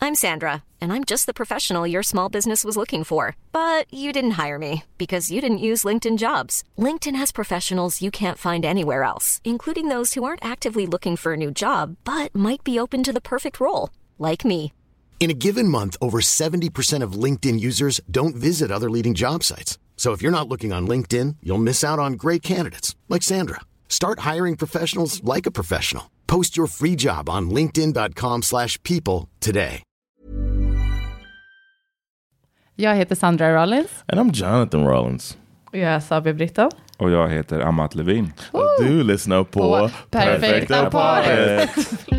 I'm Sandra, and I'm just the professional your small business was looking for. But you didn't hire me because you didn't use LinkedIn Jobs. LinkedIn has professionals you can't find anywhere else, including those who aren't actively looking for a new job, but might be open to the perfect role, like me. In a given month, over 70% of LinkedIn users don't visit other leading job sites. So if you're not looking on LinkedIn, you'll miss out on great candidates like Sandra. Start hiring professionals like a professional. Post your free job on linkedin.com/people today. Jag heter Sandra Rollins. And I'm Jonathan Rollins. Jag är Sabia Britton. Och jag heter Amat Levin. Du lyssnar på Perfekta paret.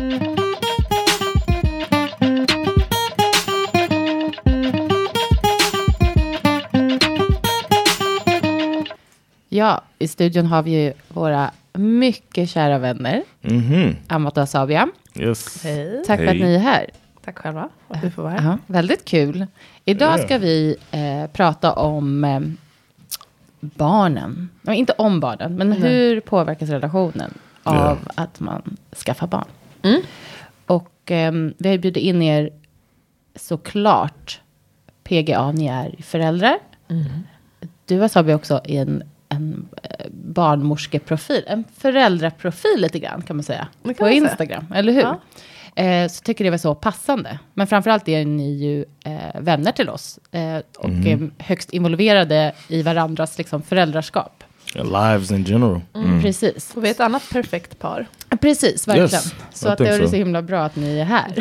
Ja, i studion har vi ju våra mycket kära vänner. Amat och Sabia. Yes. Hej. Tack för att ni är här. Tack själva att du får vara här. Väldigt kul. Idag ska vi prata om barnen. Inte om barnen, men hur påverkas relationen av att man skaffar barn. Och vi har bjudit in er såklart PGA, ni är föräldrar. Du har Sabia också i en barnmorskeprofil, en föräldraprofil lite grann kan man säga. På Instagram, eller hur? Ja. Så tycker det var så passande. Men framförallt är ni ju vänner till oss. Och högst involverade i varandras liksom, föräldraskap. Lives in general. Precis. Och vi är ett annat perfekt par. Precis, verkligen. Yes, så att det är så himla bra att ni är här.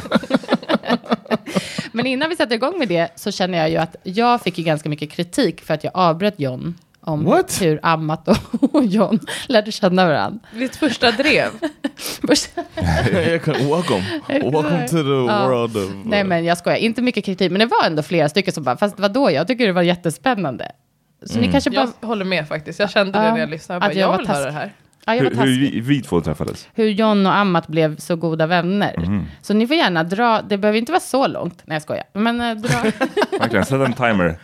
Men innan vi sätter igång med det så känner jag ju att jag fick ju ganska mycket kritik för att jag avbröt John om hur Amat och John lärde känna varandra. Ditt första drev. Welcome to the world of... Nej, men jag skojar. Inte mycket kritik, men det var ändå flera stycken som bara, fast vadå? Jag tycker det var jättespännande. Så ni kanske bara... Jag håller med faktiskt. Jag kände det när jag lyssnade. Jag vill höra det här. Ja, hur vi två träffades. Hur John och Amat blev så goda vänner. Så ni får gärna dra, det behöver inte vara så långt. Nej, jag skojar. Men dra. Verkligen, sätt en timer.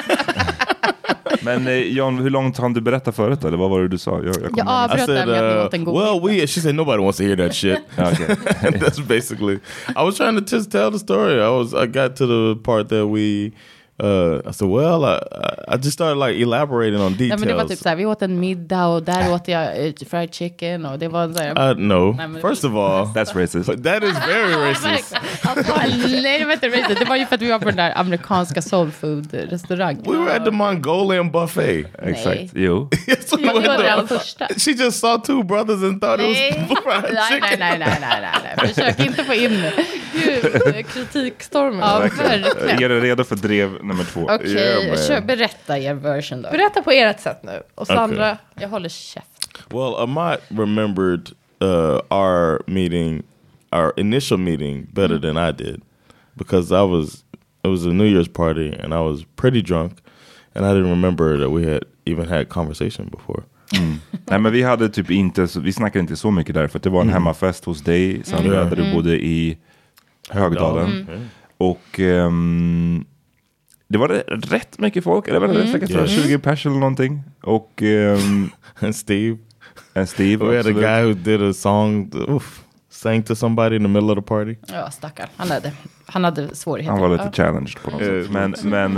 Men John, hur långt hann du berätta förut? Eller vad var det du sa? Jag avbröt där med att vi åt en god she said nobody wants to hear that shit. Okay. That's basically, I was trying to just tell the story. I got to the part that I said, well, I just started like elaborating on details. Ja, men det var typ så här, vi åt en middag och där åt jag fried chicken och det var så här. No, first of all, that's racist. That is very racist. Nej, det var inte racist. Det var ju för att vi var på den där amerikanska soul food restaurangen. We were at the Mongolian buffet. Exakt, jo. Yes, we went there. She just saw two brothers and thought it was fried chicken. Nej. Försök inte få in kritikstormen. Ja, verkligen. Är du redo för drev nummer 2? Okej, berätta er version då. Berätta på ert sätt nu. Och Sandra, jag håller käft. Well, Amat remembered our initial meeting better than I did. Because it was a New Year's party and I was pretty drunk. And I didn't remember that we had even had conversation before. Nej, men vi hade typ vi snackade inte så mycket där. För att det var en hemmafest hos dig, Sandra, där du bodde i Högdalen. Och... det var rätt mycket folk. Eller var det säkert 20 pers eller någonting. Och and Steve. We had a guy who did a song, sang to somebody in the middle of the party. Ja, stackar. Han hade svårigheter. Han var lite challenged på något sätt. Men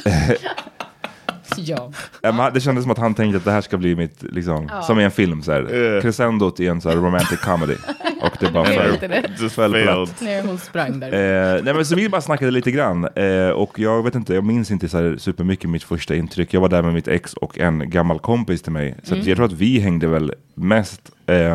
ja. Det kändes som att han tänkte att det här ska bli mitt, liksom, som i en film så här. Crescendot i en så här romantic comedy. Och det bara föll platt. Nej, hon sprang där. Nej, men så vi bara snackade lite grann. Och jag minns inte så här supermycket mitt första intryck. Jag var där med mitt ex och en gammal kompis till mig. Så att jag tror att vi hängde väl mest...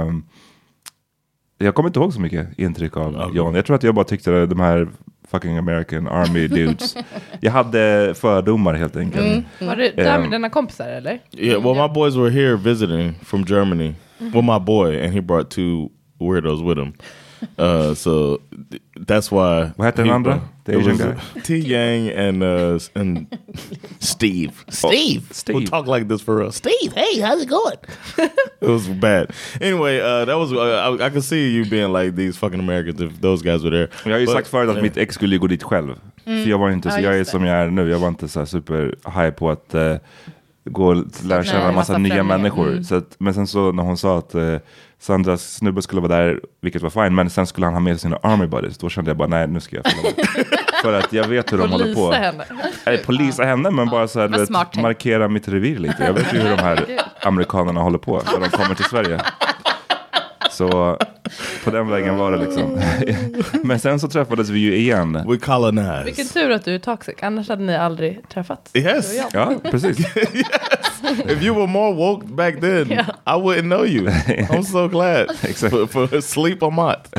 jag kommer inte ihåg så mycket intryck av John. Jag tror att jag bara tyckte att de här fucking American Army dudes. Jag hade fördomar helt enkelt. Var det där med dina kompisar eller? Yeah, well my boys were here visiting from Germany. Well, my boy, and he brought two weirdos with him. So that's why. Vad heter den andra? T-Yang and Steve. Steve. Who talk like this for us. Steve, hey, how's it going? It was bad. Anyway, that was I could see you being like these fucking Americans if those guys were there. Jag har ju sagt förut att mitt ex skulle gå dit själv. För jag var inte så, jag är som jag är nu. Jag var inte så här super high på att gå och lära känna en massa nya människor. Så att, men sen så när hon sa att Sandras snubbe skulle vara där, vilket var fine, men sen skulle han ha med sina army buddies, då kände jag bara, nej, nu ska jag följa med. För att jag vet hur de håller på. Polisa henne, men bara så här, markera mitt revir lite. Jag vet ju hur de här amerikanerna håller på när de kommer till Sverige. Så på den vägen var det liksom. Men sen så träffades vi ju igen. We colonized. Vilken tur att du är toxic, annars hade ni aldrig träffats. Yes. Ja, precis. Yes. If you were more woke back then, I wouldn't know you. I'm so glad for sleep or not.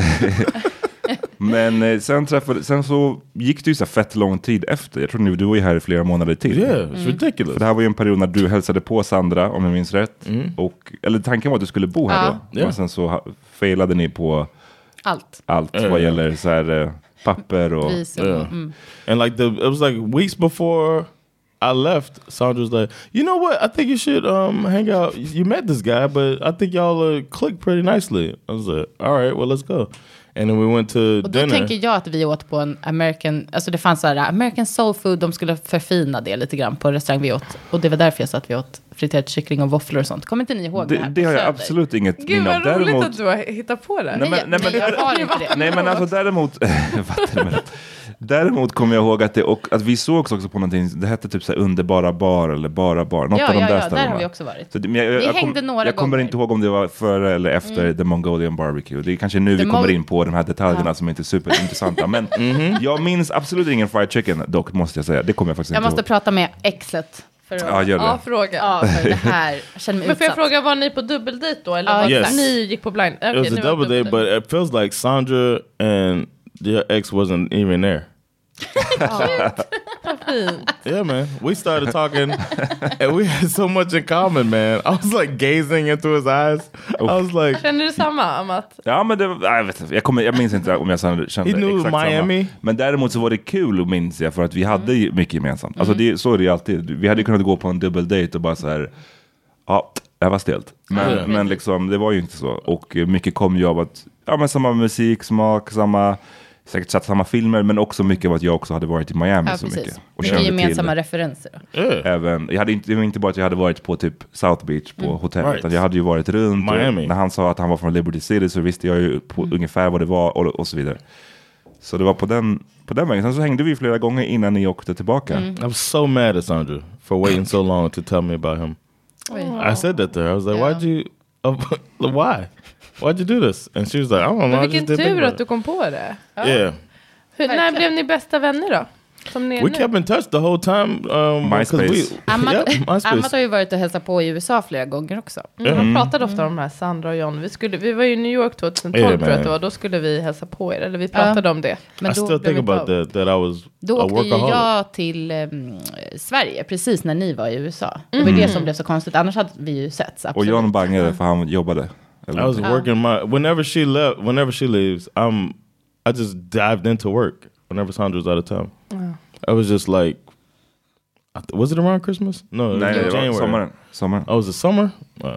Men sen så gick det ju så fett lång tid efter. Jag tror nu du var ju här i flera månader till. Yeah, it's ridiculous. För det här var ju en period när du hälsade på Sandra, om jag minns rätt. Eller tanken var att du skulle bo här då. Men sen så failade ni på allt vad gäller så här papper och... And like it was like weeks before I left, Sandra was like, you know what? I think you should hang out. You met this guy, but I think y'all click pretty nicely. I was like, all right, well, let's go. And then we went to och då dinner. tänker jag att vi åt på en American, alltså det fanns så här American soul food, de skulle förfina det lite grann på restaurang vi åt. Och det var därför jag sa att vi åt friterad kyckling och våfflor och sånt. Kommer inte ni ihåg det här? Det har jag absolut inget minne av. Gud vad roligt däremot, att du har hittat på det. Nej, jag har inte det. Nej, men alltså däremot kommer jag ihåg att vi såg också på någonting, det hette typ så här underbara bar eller bara bar. Något av de där ställena. Där har vi också varit. Så vi hängde några gånger. Jag kommer inte ihåg om det var före eller efter The Mongolian Barbecue. Det är kanske nu vi kommer in på de här detaljerna som inte är superintressanta. Men jag minns absolut ingen fried chicken, dock måste jag säga. Det kommer jag faktiskt inte ihåg. Jag måste prata med exlet. Fråga. Ja, för det här känner mig men får jag fråga, var ni på dubbeldejt då? Eller Yes. ni gick på blind? Okay, It was a double date, but it feels like Sandra and your ex wasn't even there. Yeah, man. We started talking and we had so much in common, man. I was like gazing into his eyes. I was like... Känner du samma, Amat? Ja, men jag minns inte om jag kände exakt Miami. Samma. Men däremot så var det kul, minns jag, för att vi hade mycket gemensamt. Alltså så är det ju alltid. Vi hade kunnat gå på en dubbeldejt och bara så här, ja, det var stelt. Men liksom, det var ju inte så. Och mycket kom ju av att, samma musiksmak, säkert sett samma filmer, men också mycket av att jag också hade varit i Miami så mycket. Och mycket gemensamma referenser då. Även, det var inte bara att jag hade varit på typ South Beach på hotell, utan jag hade ju varit runt. Miami. När han sa att han var från Liberty City så visste jag ju ungefär vad det var och så vidare. Så det var på den vägen. Sen så hängde vi flera gånger innan ni åkte tillbaka. I was so mad at Sandra for waiting so long to tell me about him. I said that to her. I was like, why? Why'd you do this? And she was like, I don't know. Men vilken tur att du kom på det. Ja. Yeah. När blev ni bästa vänner då? We kept in touch the whole time. MySpace. Amat har ju varit och hälsat på i USA flera gånger också. Man pratade ofta om de här Sandra och John. Vi var ju i New York 2012 tror jag att det var. Då skulle vi hälsa på er. Eller vi pratade om det. Men I still think about that I was då åkte ju jag till Sverige precis när ni var i USA. Det var det som blev så konstigt. Annars hade vi ju sett. Och John bangade för han jobbade. I was working whenever she leaves, I just dived into work whenever Sandra's out of town. I was just like, was it around Christmas? No, it was January. Sommaren. Oh, was it summer?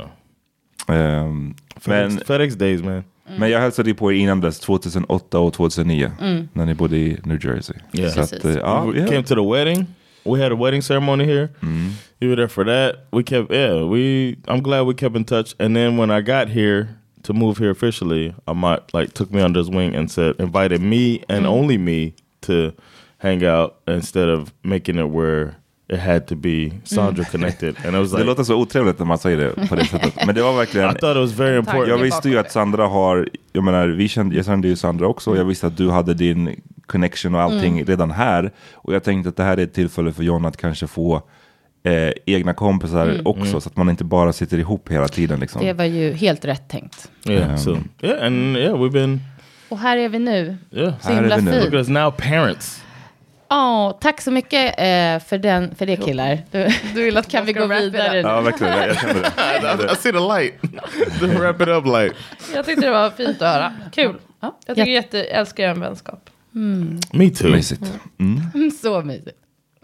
FedEx days, man. Men jag hälsade ju på er innan dess 2008 och 2009 när ni bodde i New Jersey. Yeah. Så att, we came to the wedding. We had a wedding ceremony here. You were there for that. I'm glad we kept in touch. And then when I got here to move here officially, Amat took me under his wing and invited me and only me to hang out instead of making it where it had to be Sandra connected. And I was like, det låter så otrevligt när man säger det på det sättet. Men det var verkligen, I thought it was very important. Jag visste ju att Sandra har, jag kände ju Sandra också. Jag visste att du hade din connection och allting redan här. Och jag tänkte att det här är ett tillfälle för John att kanske få egna kompisar också, så att man inte bara sitter ihop hela tiden liksom. Det var ju helt rätt tänkt. We've been. Och här är vi nu. Så himla fint. Look at us now, parents. Tack så mycket för det killar. Du vill att kan vi gå vidare? Ja, verkligen. Jag känner det. I see the light. The wrap it up light. Jag tyckte det var fint att höra. Kul. Jag tycker älskar en vänskap. Me too. Mysigt. Så mysigt.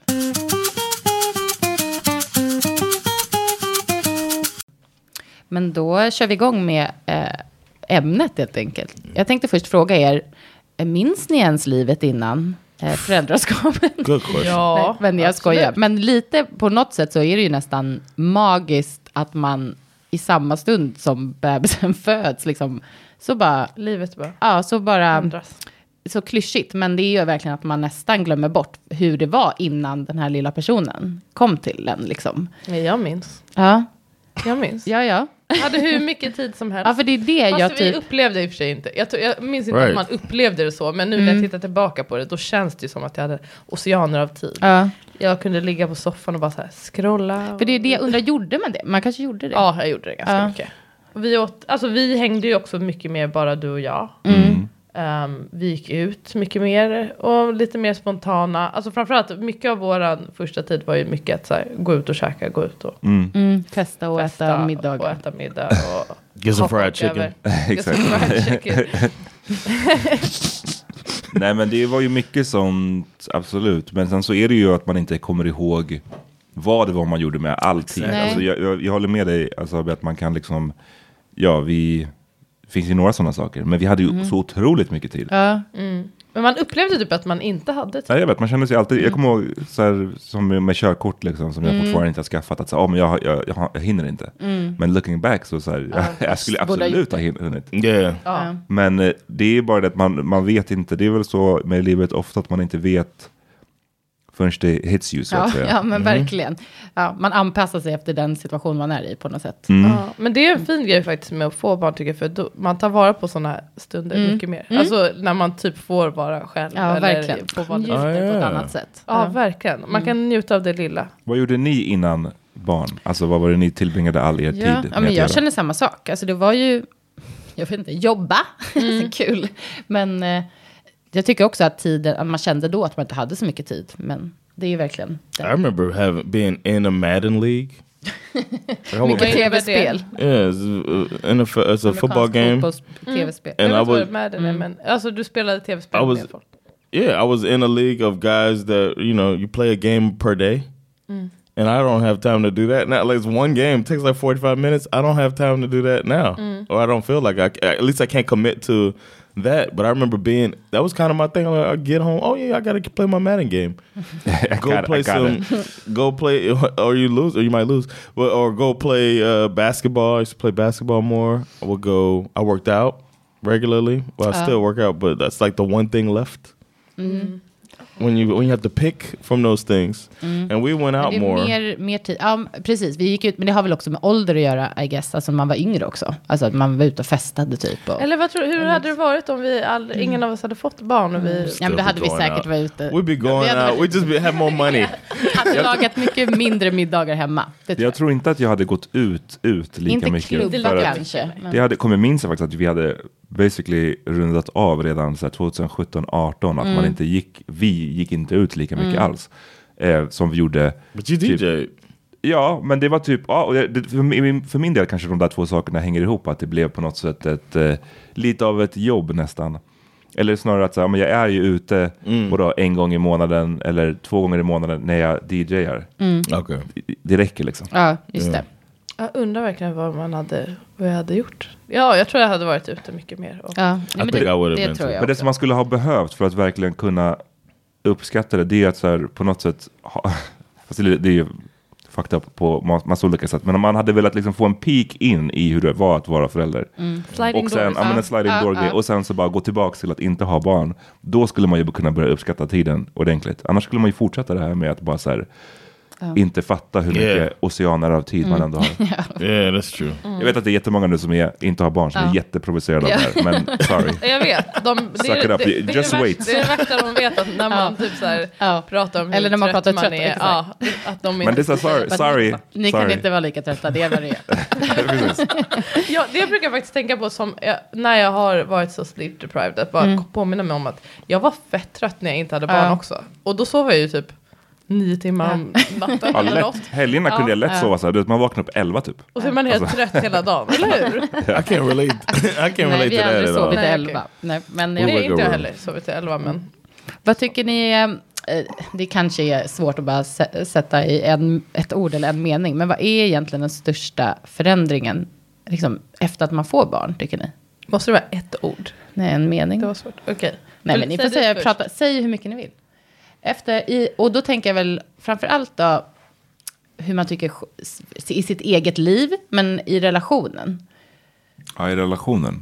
Men då kör vi igång med ämnet helt enkelt. Jag tänkte först fråga er, minns ni ens livet innan föräldraskapet. Good question. Ja, Nej, men jag absolut. skojar. Men lite på något sätt så är det ju nästan magiskt att man i samma stund som bebisen föds liksom, så bara... Livet bara. Ja, så bara... Ändras. Så klyschigt, men det är ju verkligen att man nästan glömmer bort hur det var innan den här lilla personen kom till en liksom. Nej, jag minns. Ja, Jag minns. ja. Jag hade hur mycket tid som helst. Ja, för det är det Fast jag vi typ... upplevde i och för sig inte. Jag minns inte Right. att man upplevde det så. Men nu när jag tittar tillbaka på det, då känns det ju som att jag hade oceaner av tid. Ja, Jag kunde ligga på soffan och bara så här scrolla. för det är det jag undrar, gjorde man det? Man kanske gjorde det. Ja, jag gjorde det ganska Ja. mycket. Och vi hängde ju också mycket mer bara du och jag. Vi gick ut mycket mer och lite mer spontana. Alltså framförallt, mycket av våran första tid var ju mycket att så här, gå ut och käka, gå ut och Festa och festa äta middag. och äta middag. Och Get some ha fried folk chicken. över. Get some Exakt. fried chicken. Nej, men det var ju mycket sånt, absolut. Men sen så är det ju att man inte kommer ihåg vad det var man gjorde med alltid. Nej. Alltså, jag håller med dig, alltså, att man kan liksom, det finns ju några sådana saker. Men vi hade ju så otroligt mycket tid. Ja. Men man upplevde typ att man inte hade tid. Ja, jag vet, man känner sig alltid, jag kommer ihåg så här, som med körkort liksom, som jag fortfarande inte har skaffat, att så, men jag hinner inte. Men looking back så här, jag skulle borde ha absolut ha hunnit. Yeah. Ja. Men det är bara det att man vet inte, det är väl så med livet ofta att man inte vet förrän det hits you, så att Ja, säga. ja, men verkligen. Ja, man anpassar sig efter den situation man är i på något sätt. Ja, men det är en fin grej faktiskt med att få barn, tycker jag, för då, man tar vara på sådana här stunder mycket mer. Alltså när man typ får vara själv. Ja, eller verkligen. får vara Njuter på ett ja. annat sätt. Ja, verkligen. Man kan njuta av det lilla. Vad gjorde ni innan barn? Alltså vad var det ni tillbringade all er tid Ja, med men att jag göra? känner samma sak. Alltså det var ju, jag vet inte, jobba. Så kul. Men jag tycker också att att man kände då att man inte hade så mycket tid. Men det är ju verkligen I remember being in a Madden league. mycket tv-spel. Yeah, it's a football game. Tv-spel. And Jag I vet vad was, det med det, men alltså du spelade tv-spel I was- med folk. yeah, I was in a league of guys that, you play a game per day. And I don't have time to do that now. Like, it's one game, it takes like 45 minutes. I don't have time to do that now. Or I don't feel like at least I can't commit to that. But I remember that was kind of my thing. I get home, oh yeah, I got to play my Madden game. Go play, or you lose, or you might lose. Or go play basketball. I used to play basketball more. I worked out regularly. Well, I still work out, but that's like the one thing left. When you have to pick from those things. And we went out Det är more. mer tid. Ja, precis. Vi gick ut, men det har väl också med ålder att göra, I guess. Alltså man var yngre också. Alltså att man var ute och festade typ. Och, Eller hur hade det varit om ingen av oss hade fått barn och vi... ja, men då hade vi going säkert out. varit ute. We'd be going Vi hade- out. We just have more money. hade lagat mycket mindre middagar hemma. Det tror Jag tror inte att jag hade gått ut lika Inte mycket. klubba för att kanske. Men. det kommer minns jag faktiskt att vi hade basically rundat av redan så här 2017-18 att man inte vi gick inte ut lika mycket alls som vi gjorde. But you typ, DJ. Ja, men det var typ, och för min del kanske de där två sakerna hänger ihop, att det blev på något sätt lite av ett jobb nästan. Eller snarare att så här, men jag är ju ute både en gång i månaden eller 2 gånger i månaden när jag DJar. Okay. Det räcker liksom. Ja, just det. Jag undrar verkligen vad jag hade gjort. Ja, jag tror jag hade varit ute mycket mer. Och... Ja, I think I would have been tror too. jag Men det också. som man skulle ha behövt för att verkligen kunna uppskatta det är att så här, på något sätt fast det är ju fucked up på massa olika sätt, men om man hade velat liksom få en peek in i hur det var att vara förälder Sliding och sen doors. en sliding door grej, och sen så bara gå tillbaka till att inte ha barn, då skulle man ju kunna börja uppskatta tiden ordentligt. Annars skulle man ju fortsätta det här med att bara så här, inte fatta hur mycket oceaner av tid man ändå har. Yeah, that's true. Jag vet att det är jättemånga nu som inte har barn som är jätteprovocerade av det här, men sorry. Jag vet. Suck it up. Just wait. Det är det värsta de vet, att när man typ så här pratar om hur Eller när man pratar trött, är. exakt. Ja, att de Men det är så sorry. Ni kan inte vara lika trötta, det är vad det är. Ja, det brukar jag faktiskt tänka på när jag har varit så sleep deprived, att bara påminna mig om att jag var fett trött när jag inte hade barn också. Och då sov jag ju typ 9 timmar om natten Ja, eller något. helgerna kunde jag lätt sova så här, du vet, man vaknar upp 11 typ. Och så är man helt trött hela dagen, eller hur? I can't relate. I can't Nej, relate vi to har that aldrig at sovit all. till Nej, 11. Nej, men Nej, jag, like inte a jag room. heller sovit till 11, men... vad tycker ni, det kanske är svårt att bara sätta i ett ord eller en mening, men vad är egentligen den största förändringen liksom, efter att man får barn, tycker ni? Måste det vara ett ord? Nej, en mening. Det var svårt. Okej. Nej, men ni får säg hur mycket ni vill. Och då tänker jag väl framförallt då hur man tycker i sitt eget liv, men i relationen. Ja, i relationen.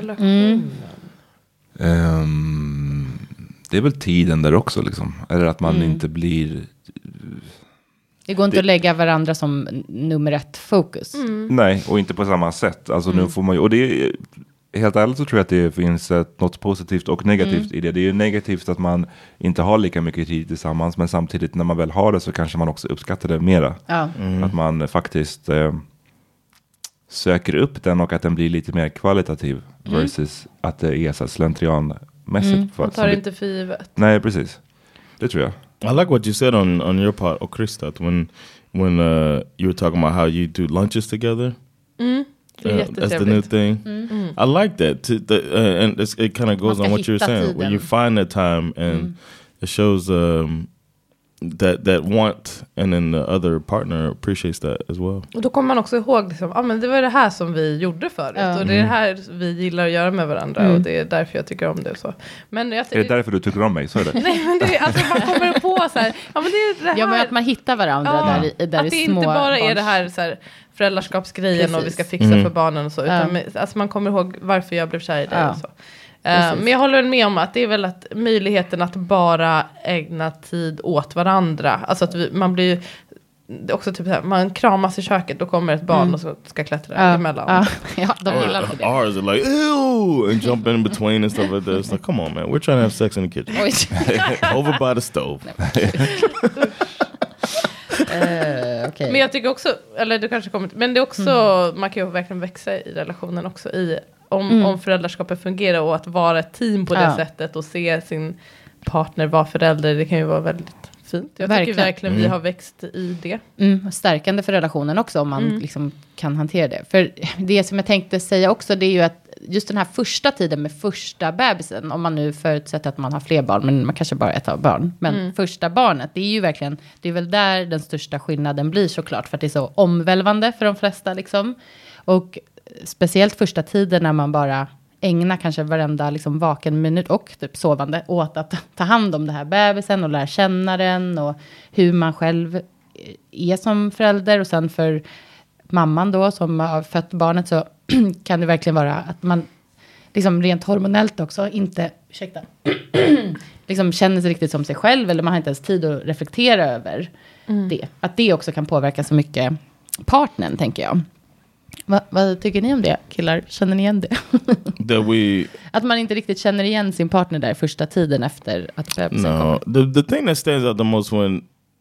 Det är väl tiden där också liksom. Eller att man inte blir... Det går inte att lägga varandra som nummer 1 fokus. Nej, och inte på samma sätt. Alltså nu får man ju... Och det är... Helt ärligt så tror jag att det finns något positivt och negativt i det. Det är ju negativt att man inte har lika mycket tid tillsammans. Men samtidigt när man väl har det så kanske man också uppskattar det mera. Ja. Att man faktiskt söker upp den och att den blir lite mer kvalitativ. Versus att det är så slentrianmässigt. Man tar inte för givet. Nej, precis. Det tror jag. I like what you said on your part, Krista, when you were talking about how you do lunches together. That's the new thing. I like that. And it kind of goes on what you were saying. When you find that time and it shows that want, and then the other partner appreciates that as well. Och då kommer man också ihåg liksom, men det var det här som vi gjorde förut. Och det är det här vi gillar att göra med varandra. Och det är därför jag tycker om det. Så. Men är det därför du tycker om mig? Så är det. Nej, men det är, alltså man kommer på så här, men det är det här. Ja, men att man hittar varandra där att det inte bara är det här så här föräldraskapsgrejen och vi ska fixa för barnen och så. Utan alltså man kommer ihåg varför jag blev kär i det och så. Men jag håller med om att det är väl att möjligheten att bara ägna tid åt varandra. Alltså att man blir också typ så här, man kramas i köket, då kommer ett barn och så ska klättra emellan. Ja, de gillar inte det. Ours are like, ew, and jump in between and stuff like that. It's like, come on man, we're trying to have sex in the kitchen. Over by the stove. Okay. Men jag tycker också, eller det kanske kommer, men det är också, man kan ju verkligen växa i relationen också om föräldraskapet fungerar och att vara ett team på det sättet och se sin partner vara förälder, det kan ju vara väldigt fint. Jag tycker verkligen vi har växt i det. Stärkande för relationen också om man liksom kan hantera det. För det som jag tänkte säga också, det är ju att just den här första tiden med första bebisen, om man nu förutsätter att man har fler barn, men man kanske bara ett av barn. Men första barnet, det är ju verkligen, det är väl där den största skillnaden blir såklart, för att det är så omvälvande för de flesta liksom. Och speciellt första tiden när man bara ägnar kanske varenda liksom vaken minut och typ sovande åt att ta hand om det här bebisen och lära känna den och hur man själv är som förälder. Och sen för mamman då som har fött barnet så kan det verkligen vara att man liksom rent hormonellt också inte liksom känner sig riktigt som sig själv, eller man har inte ens tid att reflektera över det. Att det också kan påverka så mycket partnern, tänker jag. Vad tycker ni om det, killar? Känner ni igen det? Att man inte riktigt känner igen sin partner där första tiden efter att bebisen kommer. The thing that stands out the most when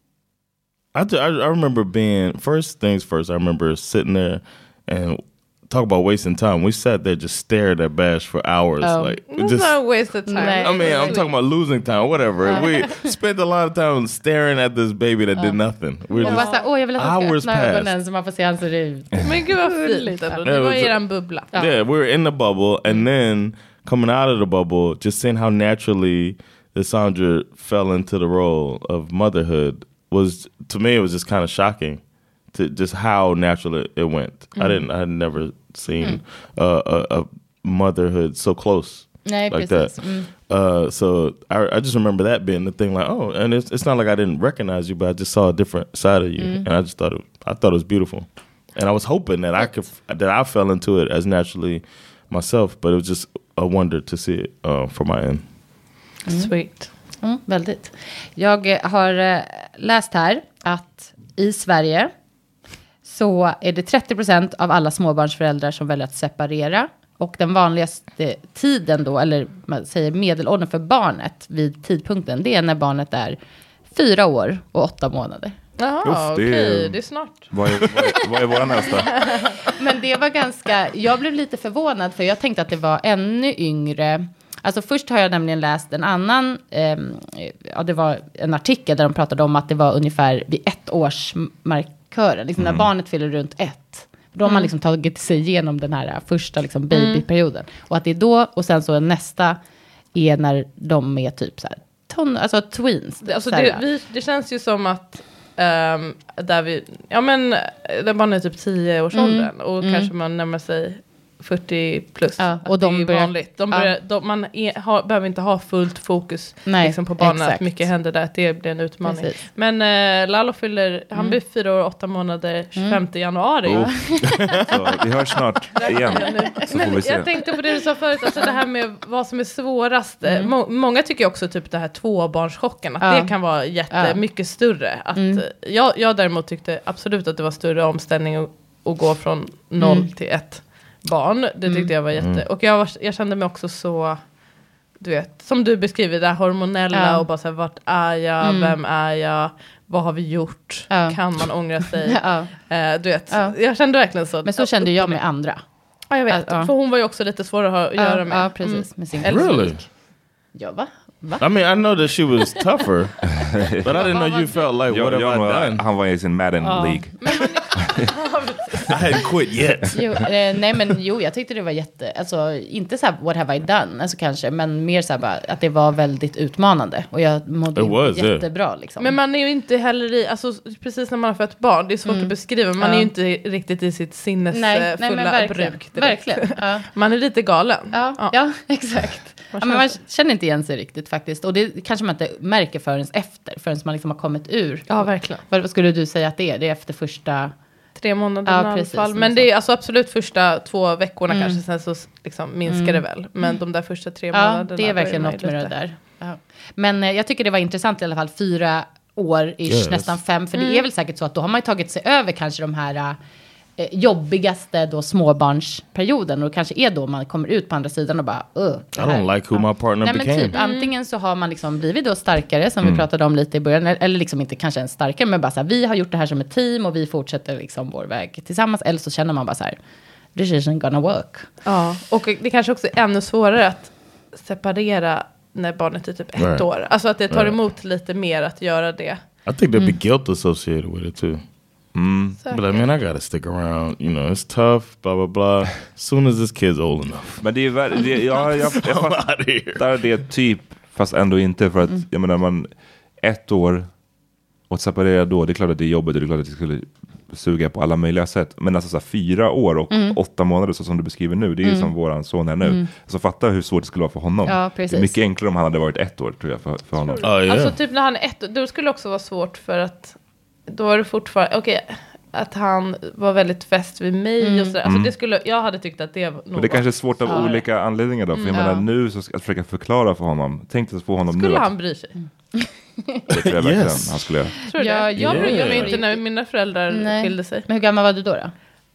I remember being, first things first, I remember sitting there and talk about wasting time. We sat there just stared at Bash for hours. It's not a waste of time. I mean, I'm talking about losing time, whatever. We spent a lot of time staring at this baby that did nothing. We were just, jag vill att han ska öppna ögonen så man får se hans ut. Men gud vad fint. Det var i en bubbla. Yeah, we were in the bubble, and then coming out of the bubble, just seeing how naturally Sandra fell into the role of motherhood was, to me, it was just kind of shocking to just how natural it went. I had never seen a motherhood so close like that. So I just remember that being the thing, like, oh, and it's not like I didn't recognize you, but I just saw a different side of you, and I just thought it was beautiful, and I was hoping that I fell into it as naturally myself, but it was just a wonder to see it from my end. Sweet. Väldigt. Jag har läst här att i Sverige så är det 30% av alla småbarnsföräldrar som väljer att separera. Och den vanligaste tiden då, eller man säger medelåldern för barnet vid tidpunkten, det är när barnet är 4 år och 8 månader. Jaha, okej, det är snart. Vad är våra nästa? Men det var jag blev lite förvånad, för jag tänkte att det var ännu yngre. Alltså först har jag nämligen läst en annan, det var en artikel där de pratade om att det var ungefär vid 1 års markören, liksom när barnet fyller runt 1. Då har man liksom tagit sig igenom den här första liksom babyperioden. Och att det är då, och sen så nästa är när de är typ så här, alltså tweens. Alltså det känns ju som att där barnet är typ 10-årsåldern och kanske man närmar sig 40 plus. Ja, och det är börjar, vanligt. Man behöver inte ha fullt fokus liksom på barnen. Att mycket händer där, att det blir en utmaning. Precis. Men Lalo han blir 4 år och 8 månader 25 januari. Så vi hörs snart igen. Men jag tänkte på det du sa förut, alltså det här med vad som är svårast. Många tycker också typ det här tvåbarnschocken, att det kan vara jättemycket större. Att jag däremot tyckte absolut att det var större omställning att gå från 0 till 1 barn. Det tyckte jag var och jag kände mig också så, du vet, som du beskriver det här hormonella och bara så här, vart är jag, vem är jag, vad har vi gjort, kan man ångra sig, du vet, jag kände verkligen så. Men så kände jag med andra. Ja, jag vet, för hon var ju också lite svår att göra med. Ja, precis, med sin Really? Ja, va? I mean, I know that she was tougher, but I didn't know you felt like, what have I done? Han var i sin Madden League. I hadn't quit yet. Jag tyckte det var alltså inte så här, what have I done, alltså kanske, men mer så här bara, att det var väldigt utmanande och jag mådde jättebra liksom. Men man är ju inte heller alltså precis när man har fått barn, det är svårt att beskriva, man är ju inte riktigt i sitt sinnesfulla bruk direkt. Verkligen. Man är lite galen. Ja, exakt. Men man känner inte igen sig riktigt faktiskt. Och det kanske man inte märker förrän man liksom har kommit ur. Ja, verkligen. Vad skulle du säga att det är? Det är efter första 3 månader i alla fall. Men det är alltså absolut första 2 veckorna kanske. Sen så liksom minskar det väl. Men de där första 3 månaderna. Ja, det är verkligen något med det där. Ja. Men jag tycker det var intressant i alla fall. 4 år, nästan 5. För det är väl säkert så att då har man ju tagit sig över kanske de här jobbigaste då småbarnsperioden, och kanske är då man kommer ut på andra sidan och bara I don't like who my partner became. Men typ, antingen så har man liksom blivit då starkare, som vi pratade om lite i början, eller liksom inte kanske en starkare, men bara så här, vi har gjort det här som ett team och vi fortsätter liksom vår väg tillsammans, eller så känner man bara så här, this isn't gonna work. Ja, och det kanske också är ännu svårare att separera när barnet är typ 1 år. Alltså att det tar emot lite mer att göra det. I think there'd be guilt associated with it too. But like, man, I gotta stick around. You know, it's tough, blah, blah, blah. As soon as this kid's old enough. Men det är jag fattar det typ, fast ändå inte. För att, jag menar, man 1 år och separera då, det är klart att det är jobbigt och det är klart att det skulle suga på alla möjliga sätt. Men alltså så här, 4 år och 8 månader, så som du beskriver nu, det är ju som våran son är nu. Så fatta hur svårt det skulle vara för honom. Ja, det är mycket enklare om han hade varit 1 år, tror jag, för honom. Alltså typ när han är 1 år, då skulle det också vara svårt, för att då är det fortfarande, att han var väldigt fäst vid mig och sådär. Alltså jag hade tyckt att det nog men det kanske är svårt av olika anledningar då. För jag menar, nu så ska jag försöka förklara för honom. Tänk att få honom skulle nu. Skulle han bry sig? Det tror jag verkligen han skulle göra. Tror du det? Jag brydde mig inte när mina föräldrar skilde sig. Men hur gammal var du då?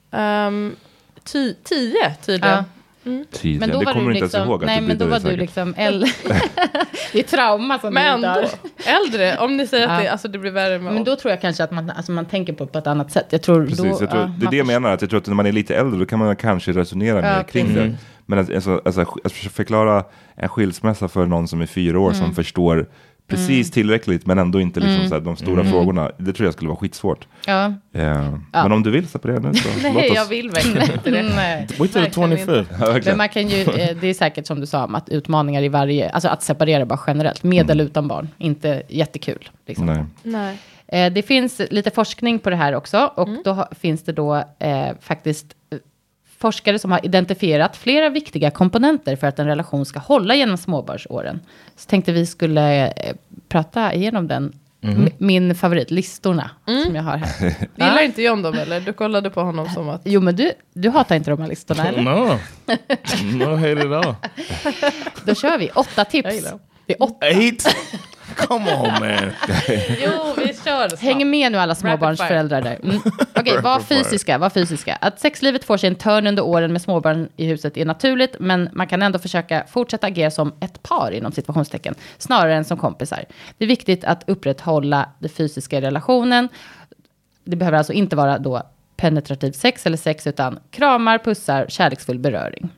10 tydligen. Men då det var kommer du inte liksom, ens ihåg att nej, du men då var säkert. du liksom det är trauma som men du ändå äldre, om ni säger att det blir värre med men då tror jag kanske att man tänker på ett annat sätt. Jag tror precis, då, jag tror, det är det jag menar, att jag tror att när man är lite äldre då kan man kanske resonera mer kring det. Men att förklara en skilsmässa för någon som är 4 år som förstår precis tillräckligt, men ändå inte liksom så här, de stora frågorna. Det tror jag skulle vara skitsvårt. Men om du vill separera nu så nej, låt oss. jag vill verkligen inte det. Wait till the 25th. Men man kan ju, det är säkert som du sa, att utmaningar i varje, alltså att separera bara generellt, med eller utan barn, inte jättekul. Liksom. Nej. Det finns lite forskning på det här också, och då finns det då faktiskt forskare som har identifierat flera viktiga komponenter för att en relation ska hålla genom småbarnsåren. Så tänkte vi skulle prata igenom den. Min favorit, listorna som jag har här. Gillar inte John dem, eller? Du kollade på honom som att... Jo, men du hatar inte de här listorna, eller? No, hate it all. Då kör vi 8 tips. Det är 8. 8? Come on, man. Jo, vi kör. Häng med nu alla småbarnsföräldrar där. Okej, var fysiska. Att sexlivet får sig en törn under åren med småbarn i huset är naturligt, men man kan ändå försöka fortsätta agera som ett par inom situationstecken, snarare än som kompisar. Det är viktigt att upprätthålla det fysiska i relationen. Det behöver alltså inte vara då penetrativ sex eller sex, utan kramar, pussar, kärleksfull beröring.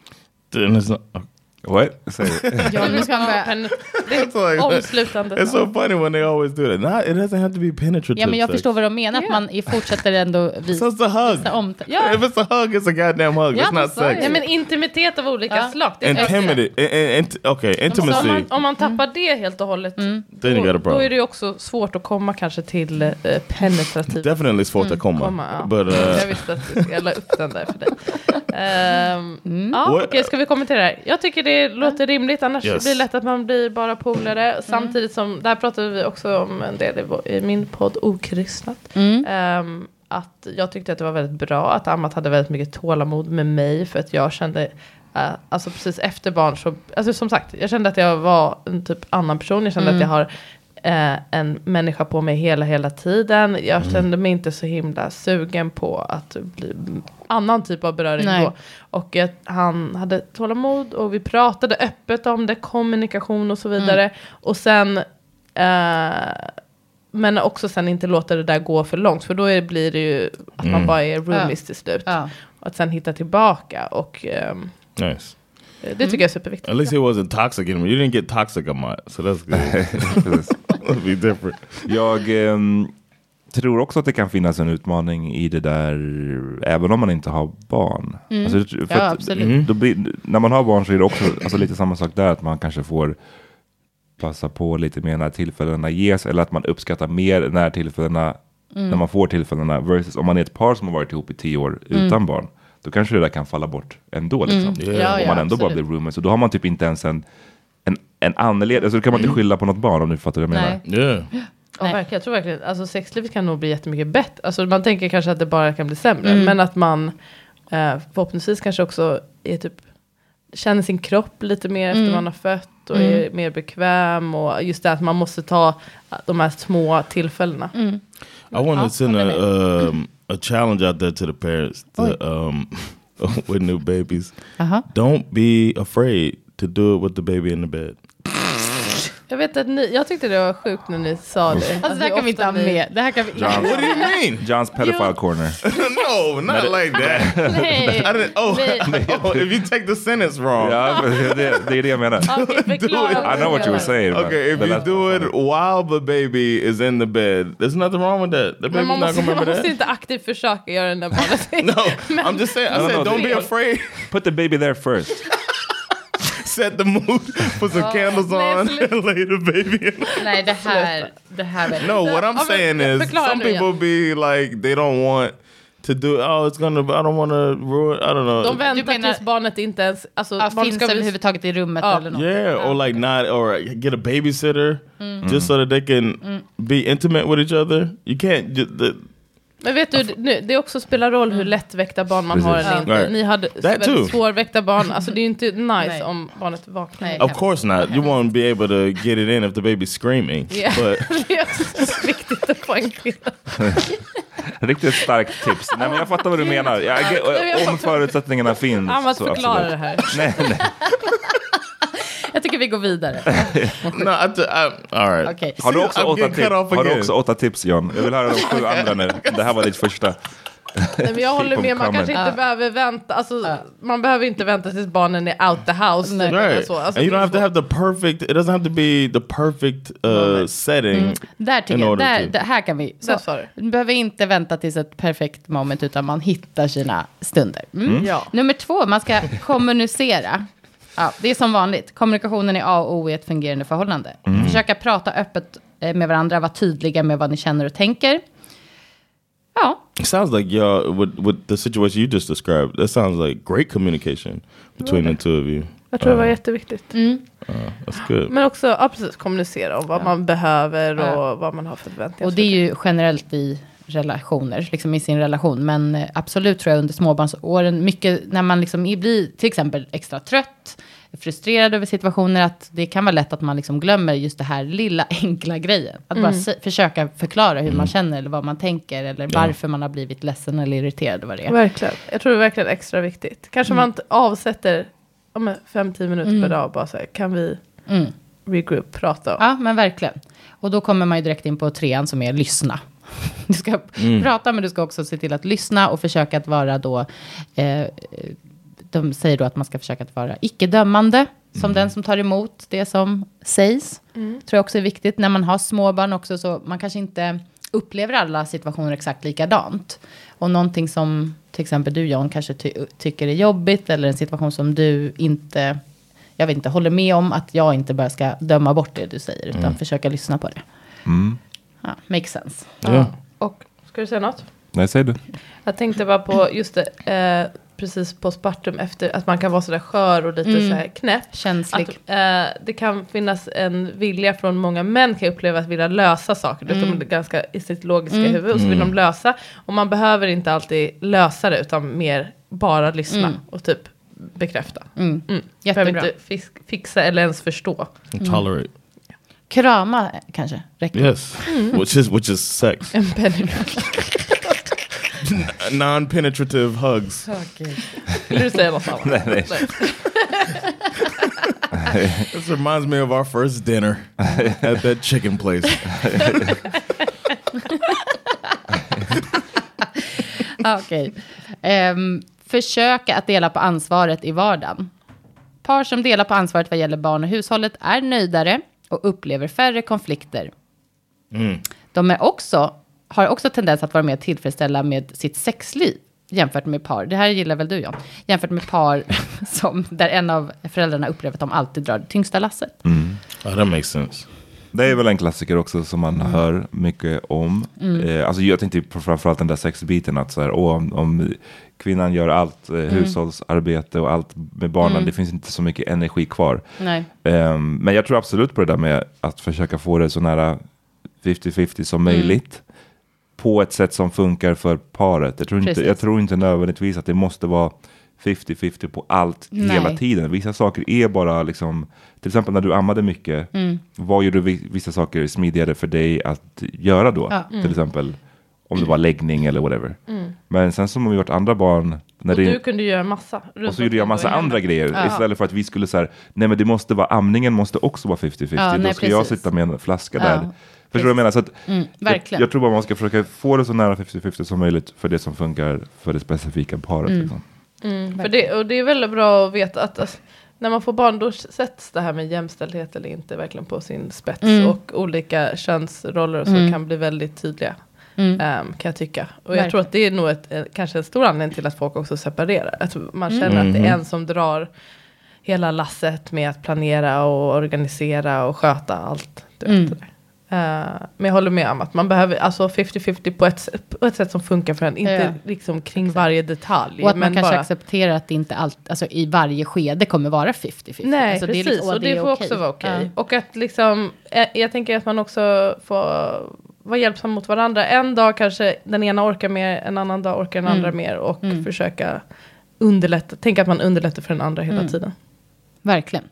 What? Say it. Det är omslutande. It's so funny when they always do that. Nah, it doesn't have to be penetrative. Ja, men jag förstår vad de menar, att man fortsätter ändå visa. So it's a hug. Ja. If it's a hug, it's a goddamn hug. It's not sex. Ja, men intimitet av olika slag. Intimacy. Om man tappar det helt och hållet, då är det också svårt att komma kanske till penetrativ. Definitely svårt att komma. But, jag visste att jag la upp den där för dig. Okej, ska vi kommentera det här? Jag tycker det låter rimligt, annars blir det lätt att man blir bara polare. Samtidigt som, där pratade vi också om en del i min podd Okrystnat. Att jag tyckte att det var väldigt bra att Amat hade väldigt mycket tålamod med mig, för att jag kände alltså precis efter barn så, alltså som sagt, jag kände att jag var en typ annan person. Jag kände att jag har en människa på mig hela tiden. Jag kände mig inte så himla sugen på att bli annan typ av beröring då. Och han hade tålamod och vi pratade öppet om det, kommunikation och så vidare. Och sen men också sen inte låta det där gå för långt, för då blir det ju att man bara är roomies till slut. Och att sen hitta tillbaka och nice. Det tycker jag är superviktigt. At least he wasn't toxic in him. You didn't get toxic on my, so that's good. It'll be different. Jag tror också att det kan finnas en utmaning i det där, även om man inte har barn. Alltså, för absolut. Då när man har barn så är det också alltså, lite samma sak där, att man kanske får passa på lite mer när tillfällena ges, eller att man uppskattar mer när tillfällena, när man får tillfällena, versus om man är ett par som har varit ihop i 10 år utan barn. Då kanske det där kan falla bort ändå liksom. Om man ändå bara blir roommates. Så då har man typ inte ens en anledning. Alltså då kan man inte skylla på något barn, om du fattar vad jag menar. Ja, verkligen. Jag tror verkligen, alltså sexlivet kan nog bli jättemycket bättre. Alltså man tänker kanske att det bara kan bli sämre. Men att man förhoppningsvis kanske också är typ, känner sin kropp lite mer efter man har fött. Och är mer bekväm. Och just det att man måste ta de här små tillfällena. I want to send a challenge out there to the parents to, with new babies. Don't be afraid to do it with the baby in the bed. Jag vet att jag tyckte det var sjukt när ni sa det. Alltså det här kan vi inte ha med. Det här kan vi inte. What do you mean? John's pedophile corner. No, not like that. If you take the sentence wrong. Ja, det är det jag menar. I know what you were saying. Okay, if you do it while the baby is in the bed, there's nothing wrong with that. The baby's not gonna remember that. Man måste inte aktivt försöka göra den där barnet. No, I'm just saying. I said don't be afraid. Put the baby there first. Set the mood, put some candles on, and lay the baby in. Nej, det här. No, what I'm saying is some people be like, they don't want to do, it's gonna, I don't want to ruin, I don't know. De väntar tills barnet inte ens, alltså finns överhuvudtaget i rummet eller något. Yeah, or like not, or get a babysitter just so that they can be intimate with each other. You can't just... Men vet du, det också spelar roll hur lättväckta barn man har eller inte. Ni hade väldigt svårväckta barn. Alltså det är ju inte nice om barnet vaknar. Of course not. You won't be able to get it in if the baby's screaming. Yeah. But det är också viktigt att poängtera. Riktigt starkt tips. Nej, men jag fattar vad du menar. Om förutsättningarna finns. Amat förklarar det här. Nej. Jag tycker vi går vidare. All right. Okay. Har du också 8 tips, John? Jag vill höra de 7 andra nu. Det här var ditt första. Nej, men jag håller med, man kanske inte behöver vänta. Alltså, man behöver inte vänta tills barnen är out the house. Right. Så. Alltså, and you don't have to have the perfect, it doesn't have to be the perfect setting. Där tycker jag, här kan vi. Du behöver inte vänta tills ett perfekt moment, utan man hittar sina stunder. Ja. Nummer 2, man ska kommunicera. Ja, det är som vanligt. Kommunikationen är A och O i ett fungerande förhållande. Försöka prata öppet med varandra, vara tydliga med vad ni känner och tänker. Ja. It sounds like with the situation you just described, that sounds like great communication between the two of you. Jag tror det var jätteviktigt. That's good. Men också precis, kommunicera om vad man behöver och vad man har för förväntningar. Och det är ju generellt i relationer, liksom i sin relation. Men absolut tror jag under småbarnsåren, mycket när man liksom blir till exempel extra trött, frustrerad över situationer, att det kan vara lätt att man liksom glömmer just det här lilla enkla grejen. Att bara försöka förklara hur man känner eller vad man tänker eller varför man har blivit ledsen eller irriterad, vad det är. Verkligen. Jag tror det är verkligen extra viktigt. Kanske man avsätter 5-10 minuter per dag, bara så här, kan vi regroup, prata om. Ja, men verkligen. Och då kommer man ju direkt in på 3:an som är lyssna. Du ska prata, men du ska också se till att lyssna och försöka att vara då de säger då att man ska försöka att vara icke-dömande som den som tar emot det som sägs. Tror jag också är viktigt när man har småbarn också, så man kanske inte upplever alla situationer exakt likadant. Och någonting som till exempel du, John, kanske tycker är jobbigt, eller en situation som du inte, jag vet inte, håller med om, att jag inte bara ska döma bort det du säger, utan försöka lyssna på det. Ja, makes sense. Ja. Och ska du säga något? Nej, säg du. Jag tänkte bara på just det, precis postpartum efter att man kan vara sådär skör och lite så här knäpp. Känslig. Att, det kan finnas en vilja från många män kan uppleva att vilja lösa saker. De är ganska i sitt logiska huvud och så vill de lösa. Och man behöver inte alltid lösa det utan mer bara lyssna och typ bekräfta. Behöver inte fixa eller ens förstå. Tolerate. Krama kanske räcker. Yes. Which is sex. Non-penetrative hugs. Okay. Vill du säga något annat? Nej. This reminds me of our first dinner at that chicken place. Okej. Försöka att dela på ansvaret i vardagen. Par som delar på ansvaret vad gäller barn och hushållet är nöjdare och upplever färre konflikter. De har också tendens att vara mer tillfredsställda med sitt sexliv jämfört med par. Det här gillar väl du, John? Jämfört med par där en av föräldrarna upplever att de alltid drar det tyngsta lasset. Oh, that makes sense. Det är väl en klassiker också som man hör mycket om. Alltså jag tänkte framförallt den där sexbiten att så här, om kvinnan gör allt hushållsarbete och allt med barnen, det finns inte så mycket energi kvar. Nej. Men jag tror absolut på det där med att försöka få det så nära 50-50 som möjligt. På ett sätt som funkar för paret. Jag tror inte nödvändigtvis att det måste vara 50-50 på allt hela tiden. Vissa saker är bara liksom, till exempel när du ammade mycket, vad gjorde vissa saker smidigare för dig att göra då? Till exempel om det var läggning eller whatever. Men sen som om vi varit andra barn. När du kunde göra massa. Och så gjorde jag massa andra grejer. Istället för att vi skulle så här, nej men det måste vara, amningen måste också vara 50-50. Då ska jag sitta med en flaska där. Förstår du vad jag menar? Så att jag tror bara man ska försöka få det så nära 50-50 som möjligt för det som funkar för det specifika paret. Liksom. För det är väldigt bra att veta att när man får barn då sätts det här med jämställdhet eller inte verkligen på sin spets. Och olika könsroller och så kan bli väldigt tydliga. Kan jag tycka. Och jag tror att det är nog kanske en stor anledning till att folk också separerar. Att man känner att det är en som drar hela lasset med att planera och organisera och sköta allt. Du vet det där. Men jag håller med om att man behöver alltså 50-50 på ett sätt som funkar för en. Inte liksom kring varje detalj. Och att man kanske accepterar att det inte alltså i varje skede kommer vara 50-50. Nej, alltså, precis. Det är liksom, och det får också vara okej. Och att liksom, jag tänker att man också får vara hjälpsam mot varandra. En dag kanske den ena orkar mer, en annan dag orkar den andra mer. Och försöka underlätta. Tänk att man underlättar för den andra hela tiden. Verkligen.